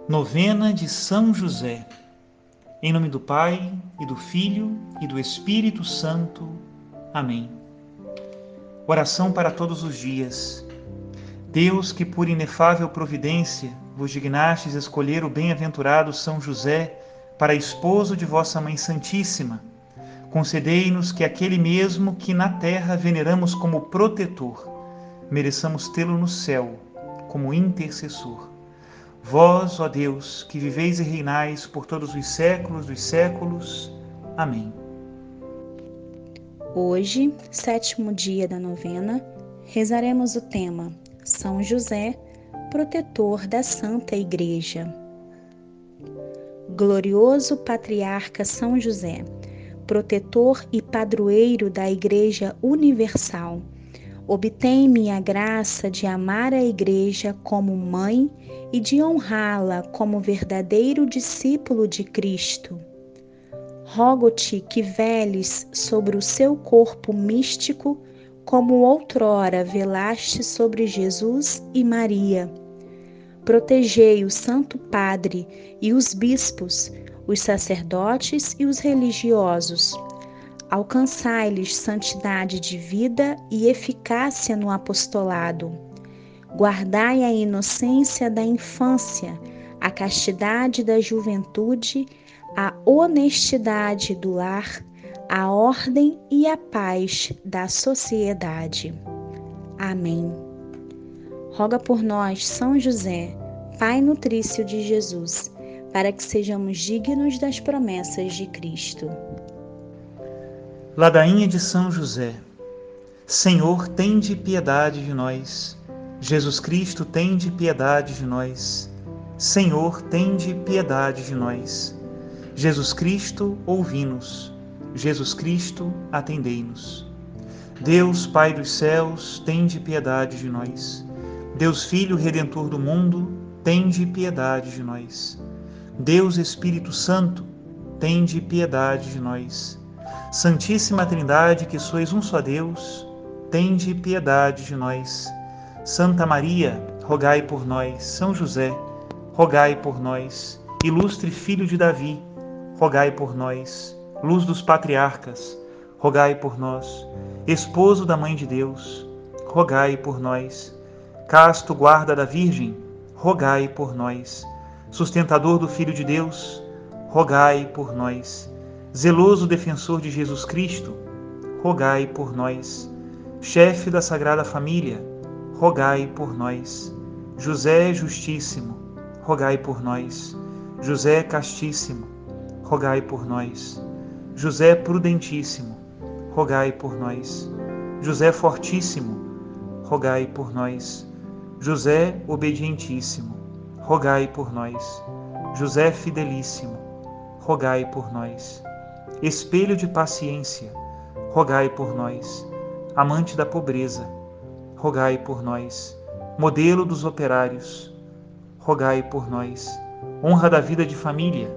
Novena de São José. Em nome do Pai, e do Filho, e do Espírito Santo. Amém. Oração para todos os dias. Deus, que por inefável providência vos dignastes escolher o bem-aventurado São José para esposo de vossa Mãe Santíssima, concedei-nos que aquele mesmo que na terra veneramos como protetor, mereçamos tê-lo no céu como intercessor. Vós, ó Deus, que viveis e reinais por todos os séculos dos séculos. Amém. Hoje, 7º dia da novena, rezaremos o tema São José, protetor da Santa Igreja. Glorioso Patriarca São José, protetor e padroeiro da Igreja Universal, obtém-me a graça de amar a Igreja como mãe e de honrá-la como verdadeiro discípulo de Cristo. Rogo-te que veles sobre o seu corpo místico, como outrora velaste sobre Jesus e Maria. Protegei o Santo Padre e os bispos, os sacerdotes e os religiosos. Alcançai-lhes santidade de vida e eficácia no apostolado. Guardai a inocência da infância, a castidade da juventude, a honestidade do lar, a ordem e a paz da sociedade. Amém. Roga por nós, São José, Pai nutrício de Jesus, para que sejamos dignos das promessas de Cristo. Ladainha de São José. Senhor, tende piedade de nós. Jesus Cristo, tende piedade de nós. Senhor, tende piedade de nós. Jesus Cristo, ouvi-nos. Jesus Cristo, atendei-nos. Deus, Pai dos céus, tende piedade de nós. Deus Filho Redentor do mundo, tende piedade de nós. Deus Espírito Santo, tende piedade de nós. Santíssima Trindade, que sois um só Deus, tende piedade de nós. Santa Maria, rogai por nós. São José, rogai por nós. Ilustre Filho de Davi, rogai por nós. Luz dos patriarcas, rogai por nós. Esposo da Mãe de Deus, rogai por nós. Casto guarda da Virgem, rogai por nós. Sustentador do Filho de Deus, rogai por nós. Zeloso defensor de Jesus Cristo, rogai por nós. Chefe da Sagrada Família, rogai por nós. José Justíssimo, rogai por nós. José Castíssimo, rogai por nós. José Prudentíssimo, rogai por nós. José Fortíssimo, rogai por nós. José Obedientíssimo, rogai por nós. José Fidelíssimo, rogai por nós. Espelho de paciência, rogai por nós. Amante da pobreza, rogai por nós. Modelo dos operários, rogai por nós. Honra da vida de família,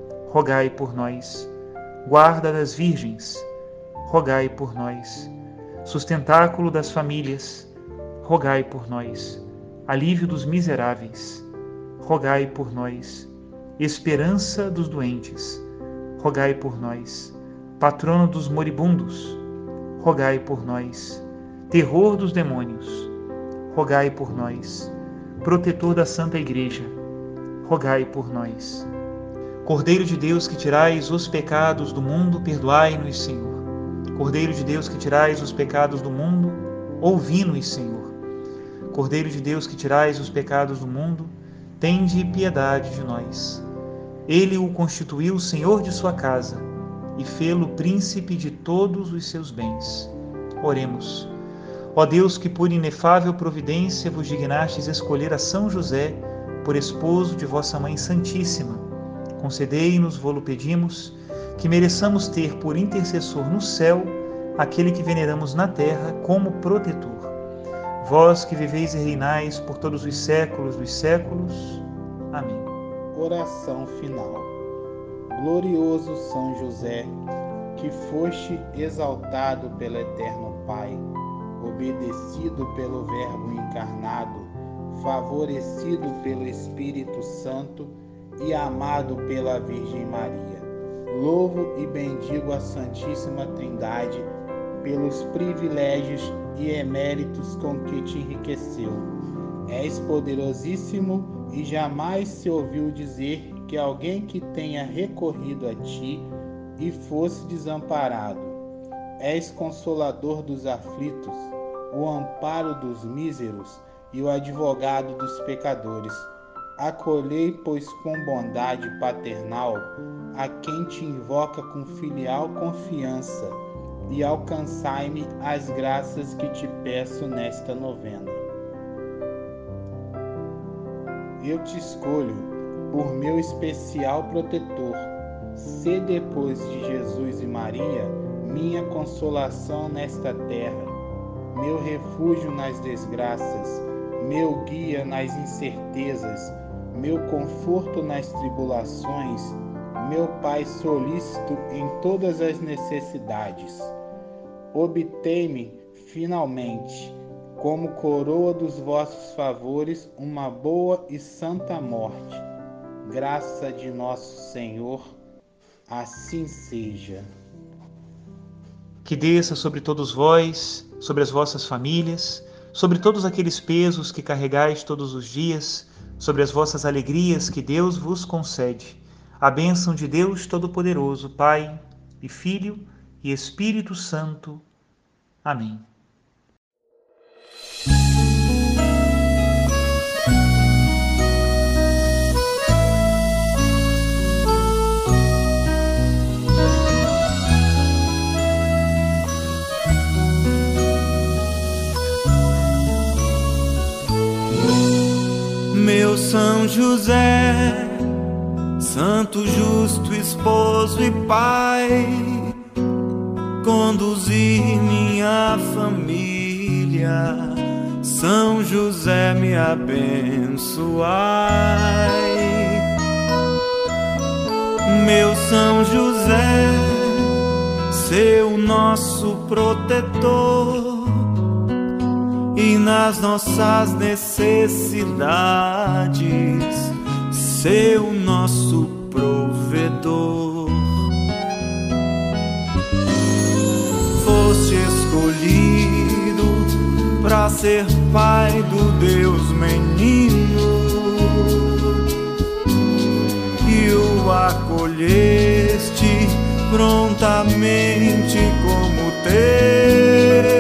rogai por nós. Guarda das virgens, rogai por nós. Sustentáculo das famílias, rogai por nós. Alívio dos miseráveis, rogai por nós. Esperança dos doentes, rogai por nós. Patrono dos moribundos, rogai por nós. Terror dos demônios, rogai por nós. Protetor da Santa Igreja, rogai por nós. Cordeiro de Deus, que tirais os pecados do mundo, perdoai-nos, Senhor. Cordeiro de Deus, que tirais os pecados do mundo, ouvi-nos, Senhor. Cordeiro de Deus, que tirais os pecados do mundo, tende piedade de nós. Ele o constituiu Senhor de sua casa e fê-lo príncipe de todos os seus bens. Oremos. Ó Deus, que por inefável providência vos dignastes escolher a São José por esposo de vossa Mãe Santíssima, concedei-nos, vô-lo pedimos, que mereçamos ter por intercessor no céu aquele que veneramos na terra como protetor. Vós que viveis e reinais por todos os séculos dos séculos. Amém. Oração final. Glorioso São José, que foste exaltado pelo Eterno Pai, obedecido pelo Verbo encarnado, favorecido pelo Espírito Santo e amado pela Virgem Maria. Louvo e bendigo a Santíssima Trindade pelos privilégios e eméritos com que te enriqueceu. És poderosíssimo e jamais se ouviu dizer que alguém que tenha recorrido a ti e fosse desamparado. És consolador dos aflitos, o amparo dos míseros e o advogado dos pecadores. Acolhei, pois, com bondade paternal a quem te invoca com filial confiança, e alcançai-me as graças que te peço nesta novena. Eu te escolho por meu especial protetor. Sê, depois de Jesus e Maria, minha consolação nesta terra, meu refúgio nas desgraças, meu guia nas incertezas, meu conforto nas tribulações, meu Pai solícito em todas as necessidades. Obtei-me, finalmente, como coroa dos vossos favores, uma boa e santa morte. Graça de nosso Senhor, assim seja. Que desça sobre todos vós, sobre as vossas famílias, sobre todos aqueles pesos que carregais todos os dias, sobre as vossas alegrias que Deus vos concede. A bênção de Deus Todo-Poderoso, Pai e Filho e Espírito Santo. Amém. Meu São José, santo, justo, esposo e pai, conduzir minha família, São José me abençoai. Meu São José, seu nosso protetor, e nas nossas necessidades, seu nosso provedor. Foste escolhido para ser pai do Deus menino, e o acolheste prontamente como teu.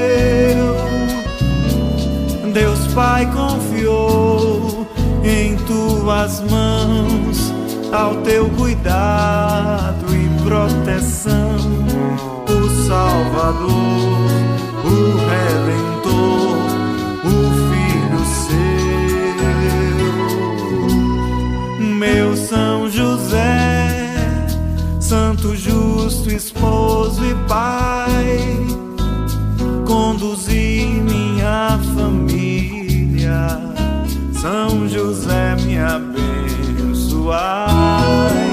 Deus Pai confiou em tuas mãos, ao teu cuidado e proteção, o Salvador, o Redentor, o Filho seu. Meu São José, santo, justo, esposo e pai, conduzir minha família, São José me abençoai.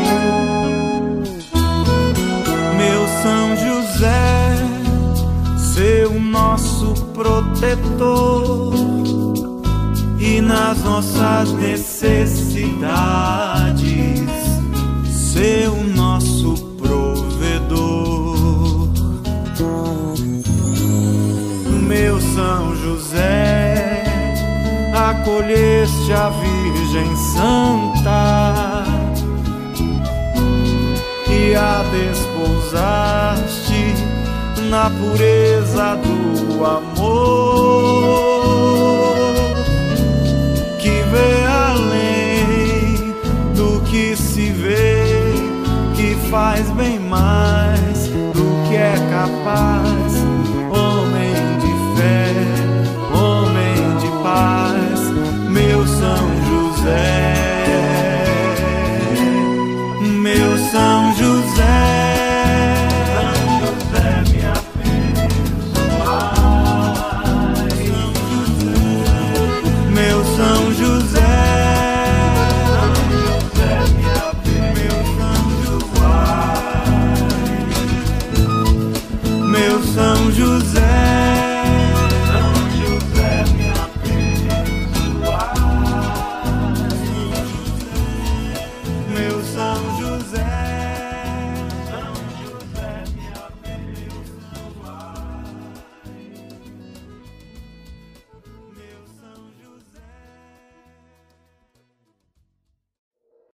Meu São José, seu nosso protetor, e nas nossas necessidades, seu nosso provedor. Meu São José, acolheste a Virgem Santa e a desposaste na pureza do amor.